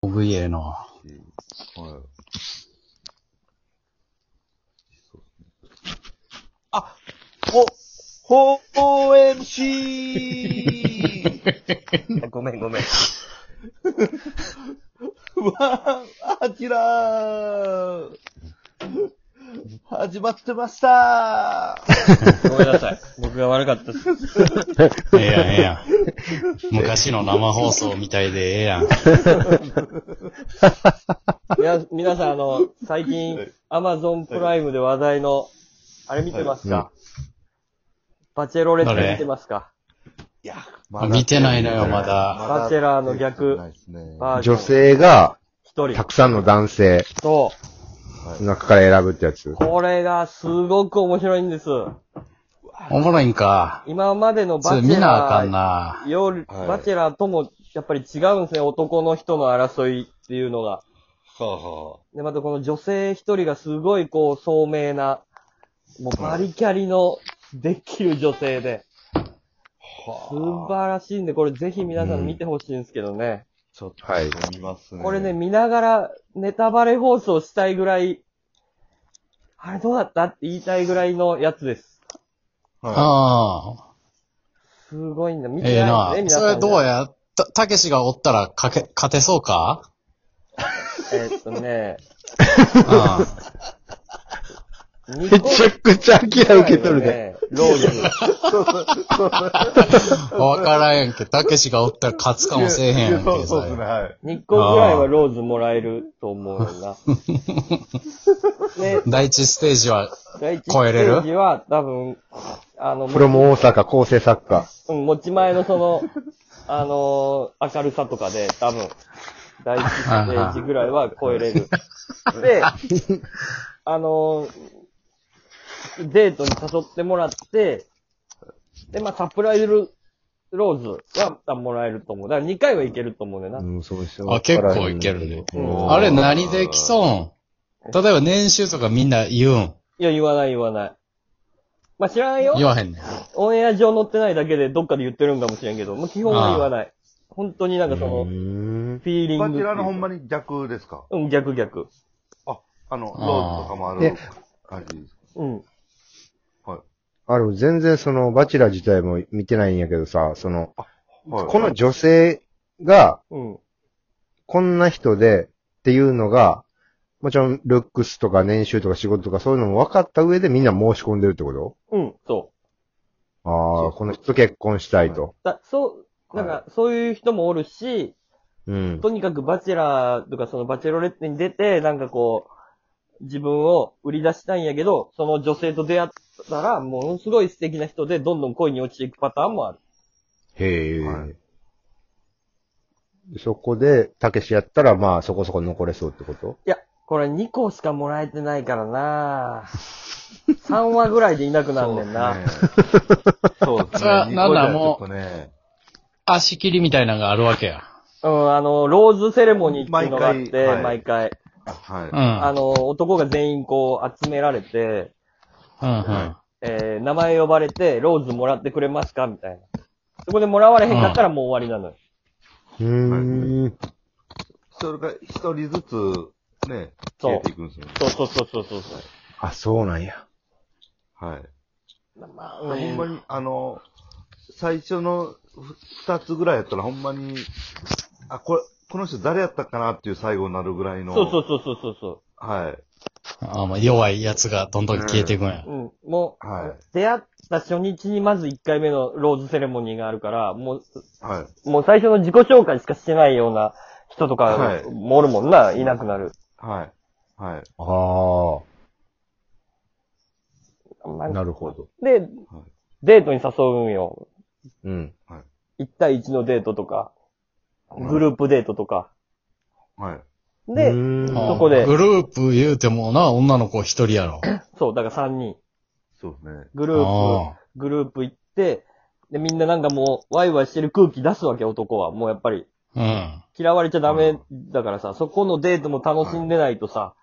僕いえな。 はい。あ、4MC! ごめん。 あちらー始まってましたごめんなさい。僕が悪かったです。 ええやん。昔の生放送みたいでええやん。 皆さん最近、Amazon プライムで話題の、あれ見てますか、バチェロレッテ見てますか？ いや、 見てないのよ、まだ。 バチェラーの逆バージョン女性が、 一人。 たくさんの男性そう。 の中から選ぶってやつ。 これがすごく面白いんです。 おもろいんか。 今までのバチェ見なあかラんな。 ー、バチェラーともやっぱり違うんですね。男の人の争いっていうのが。で、またこの女性一人がすごい聡明な、もうバリキャリのできる女性で。素晴らしいんで、これぜひ皆さん見てほしいんですけどね。 ちょっと見ますね。 これね、見ながらネタバレ放送したいぐらい、あれどうだったって言いたいぐらいのやつです。 ああ。 すごいんだ。見ええてないな。 ですね、皆さん。 それどうやたけしがおったら勝てそうか？ めちゃくちゃアキラ受け取るね。 ローズ。 わからんやんけ。たけしがおったら勝つかもしれへんやんけ。 そうですね、はい。 2個ぐらいはローズもらえると思うよな。ね、 第一ステージは第一ステ超えれるージは多分、 プロモ大阪構成作家。 持ち前の明るさとかで多分、第一ステージぐらいは超えれる。で、デートに誘ってもらって、で、サプライズローズはもらえると思う。だから2回はいけると思うねんな。 そうですあ、結構いけるね。 うんあれ何で競うん例えば年収とかみんな言うん？ いや、言わない。知らないよ。 言わへんねん。 オンエア上載ってないだけでどっかで言ってるんかもしれんけど、基本は言わない。本当にフィーリング。 バチェラーのほんまに逆ですか？ うん、逆。 ローズとかもある感じですか？ うん。 全然バチェラー自体も見てないんやけどさ、この女性が、こんな人でっていうのが、もちろん、ルックスとか年収とか仕事とかそういうのも分かった上でみんな申し込んでるってこと？ そう。 この人と結婚したいと。 そういう人もおるし、とにかくバチェラーとかバチェロレッテに出て、自分を売り出したいんやけど、その女性と出会ったら、ものすごい素敵な人で、どんどん恋に落ちていくパターンもある。 へえ。そこで、たけしやったら、そこそこ残れそうってこと？ いや、これ2個しかもらえてないからな3話ぐらいでいなくなんねんな。 そうですね。 なんだもう、足切りみたいなのがあるわけや。 ローズセレモニーっていうのがあって、毎回。男が全員集められて、名前呼ばれて、ローズもらってくれますかみたいな。そこでもらわれへんかったらもう終わりなのよ。 それが一人ずつ、ね、消えていくんですよね。 そう。 あ、そうなんや。 はい。ほんまに、最初の二つぐらいやったらほんまに、この人誰やったかなっていう最後になるぐらいの。 そう。 はい。 弱いやつがどんどん消えていくんや。 もう、出会った初日にまず1回目のローズセレモニーがあるから、もう最初の自己紹介しかしてないような人とかもおるもんな、いなくなる。 はい。 なるほど。 で、デートに誘うんよ。 1 対1のデートとか、グループデートとか。で、そこで。 グループ言うてもな、女の子一人やろ。 そう、だから3人。 そうですね。 グループ行って、で、みんなもう、ワイワイしてる空気出すわけ、男は。もうやっぱり。嫌われちゃダメだからさ、そこのデートも楽しんでないとさ、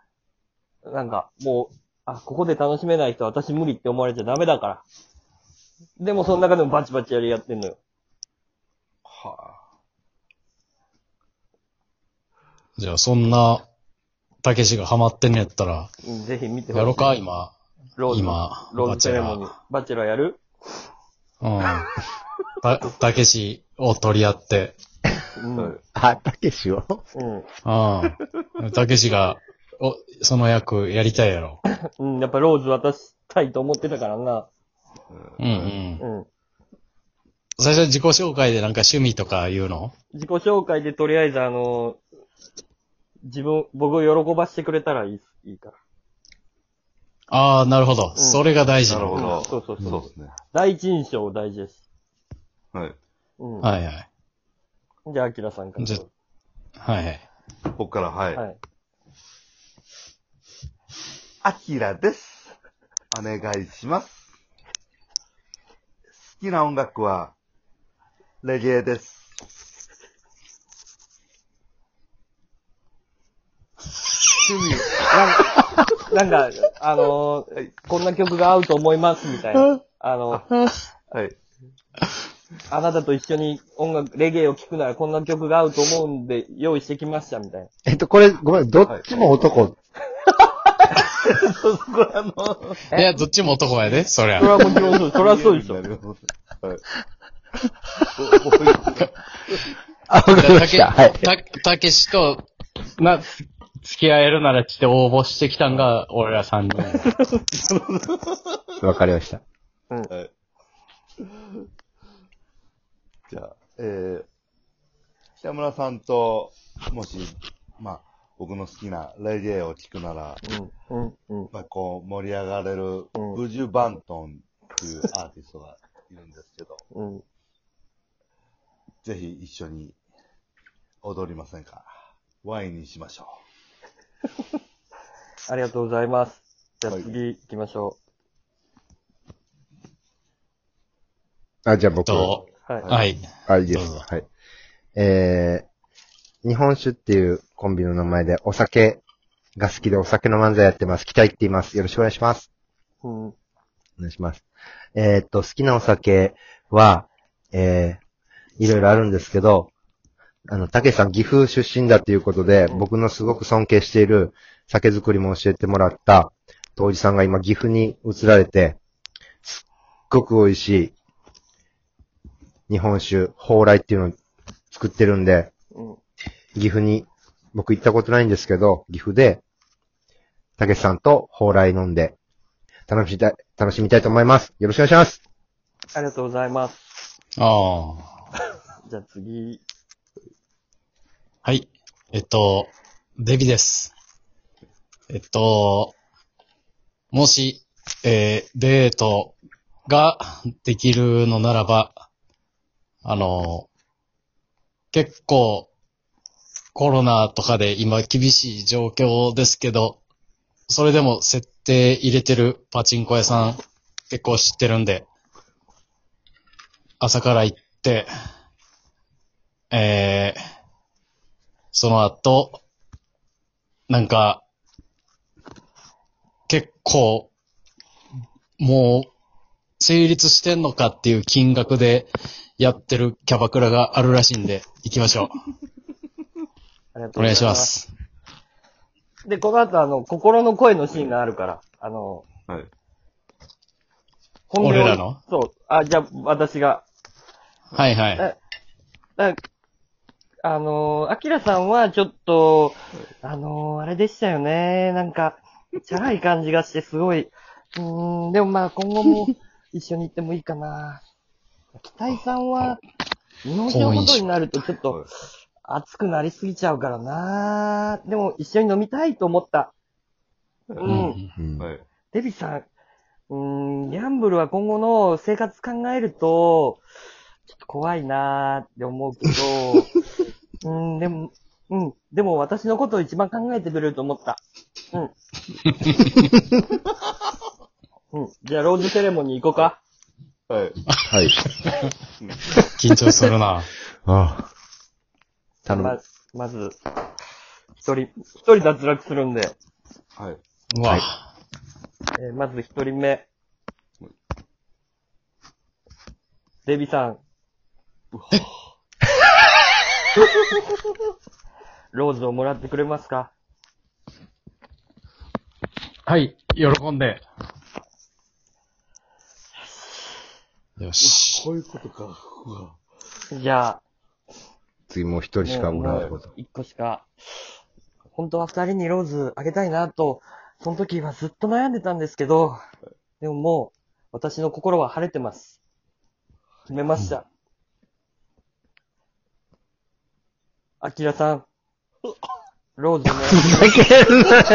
もう、ここで楽しめない人は私無理って思われちゃダメだから。でもその中でもバチバチやってんのよ。 じゃあ、そんな、たけしがハマってんのやったら、 ぜひ見てほしい。 やろうか、今。 ローズバチェラセレモニー。バチェラーやる？ うん。たけしを取り合って。 うん。 たけしを？ うん。 たけしが、その役やりたいやろ。 うん、やっぱローズ渡したいと思ってたからな。 うん。最初自己紹介でなんか趣味とか言うの？ 自己紹介でとりあえず僕を喜ばしてくれたらいいから。 ああ、なるほど。それが大事なるほど。 そう。 そうですね。 第一印象大事です。 はい。 はいはい。 じゃあ、アキラさんから。 はいはい。 こっから、はい。 はい。 アキラです。お願いします。好きな音楽は、レゲエです。趣味、 なんか、こんな曲が合うと思いますみたいな。はい。あなたと一緒にレゲエを聴くならこんな曲が合うと思うんで用意してきましたみたいな。 これ、ごめん、どっちも男。 いや、どっちも男やで、そりゃ。 それはもちろんそう、それはそうでしょ。はい。 わかりました。はい。 たけしと、付き合えるならって応募してきたんが、俺ら3人。 わかりました。 はい。 じゃあ、北村さんと、もし、僕の好きなレゲエを聴くなら、こう、盛り上がれる、ブジュ・バントンっていうアーティストがいるんですけど、ぜひ一緒に踊りませんか？ワインにしましょう。ありがとうございます。じゃあ次行きましょう。じゃあ僕。 はい。 いいです。はい。日本酒っていうコンビの名前でお酒が好きでお酒の漫才やってます。期待って言います。よろしくお願いします。お願いします。好きなお酒は、いろいろあるんですけど、たけしさん岐阜出身だっていうことで、僕のすごく尊敬している酒造りも教えてもらった当時さんが今岐阜に移られて、すっごく美味しい日本酒、蓬莱っていうのを作ってるんで、岐阜に僕行ったことないんですけど、岐阜でたけしさんと蓬莱飲んで楽しみたいと思います。よろしくお願いします。 ありがとうございます。じゃあ次。 はい。デビです。もし、デートができるのならば、結構コロナとかで今厳しい状況ですけど、それでも設定入れてるパチンコ屋さん結構知ってるんで、朝から行って、その後、なんか、結構、もう、成立してんのかっていう金額でやってるキャバクラがあるらしいんで、行きましょう。お願いします。 で、この後心の声のシーンがあるから、 はい。 俺らの？ そう。じゃあ、私が。 はいはい。 アキラさんはちょっと、あれでしたよね。なんか、チャラい感じがしてすごい。でも今後も一緒に行ってもいいかな。北井さんは、日本酒のことになるとちょっと、熱くなりすぎちゃうからな。でも一緒に飲みたいと思った。デビさん、ギャンブルは今後の生活考えると、ちょっと怖いなーって思うけど、でも私のことを一番考えてくれると思った。じゃあローズセレモニー行こうか。 はい。 はい。 緊張するな。 まず、一人脱落するんで。 はい。 うわ。 まず一人目。デビさん。 ローズをもらってくれますか？ はい、喜んで。よし。 こういうことか。 じゃあ。 次もう一人しかもらうこと。 一個しか。本当は二人にローズあげたいなと、その時はずっと悩んでたんですけど、でももう、私の心は晴れてます。決めました。アキラさん、ローズも。 ふざけんなよ、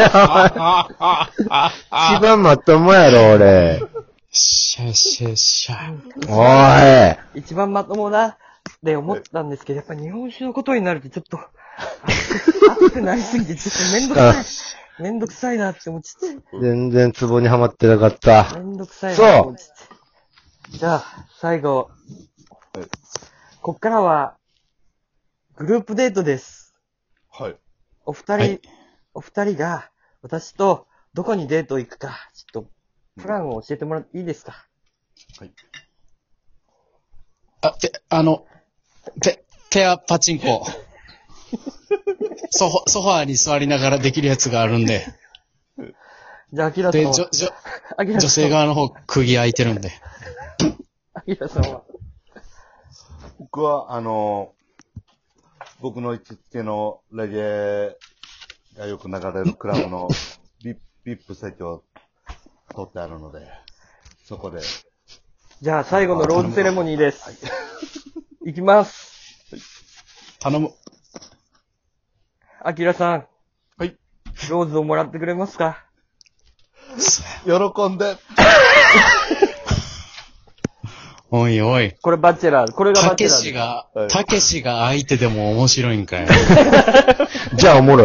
一番まともやろ、俺。 しゃしゃしゃ。 おい。一番まともだって思ったんですけど、やっぱ日本酒のことになるとちょっと、熱くなりすぎて、ちょっとめんどくさい。めんどくさいなって思っちゃって。 全然ツボにはまってなかった。 めんどくさいなって思っちゃって。じゃあ、最後。こっからは、グループデートです。 はい。 お二人が、私とどこにデート行くか、ちょっと、プランを教えてもらっていいですか？ はい。 ペアパチンコ。ソファーに座りながらできるやつがあるんで。 じゃあ、アキラさんは。 女性側の方、釘開いてるんで。 アキラさんは。 僕は、僕の行きつけのレゲエがよく流れるクラブのビップ席を取ってあるので、そこで。 じゃあ、最後のローズセレモニーです。はい、いきます。 頼む。 アキラさん。 はい。 ローズをもらってくれますか？ 喜んで。 おいおい。 これバチェラー。これがバチェラー。 たけしが相手でも面白いんかい。 じゃあおもろい。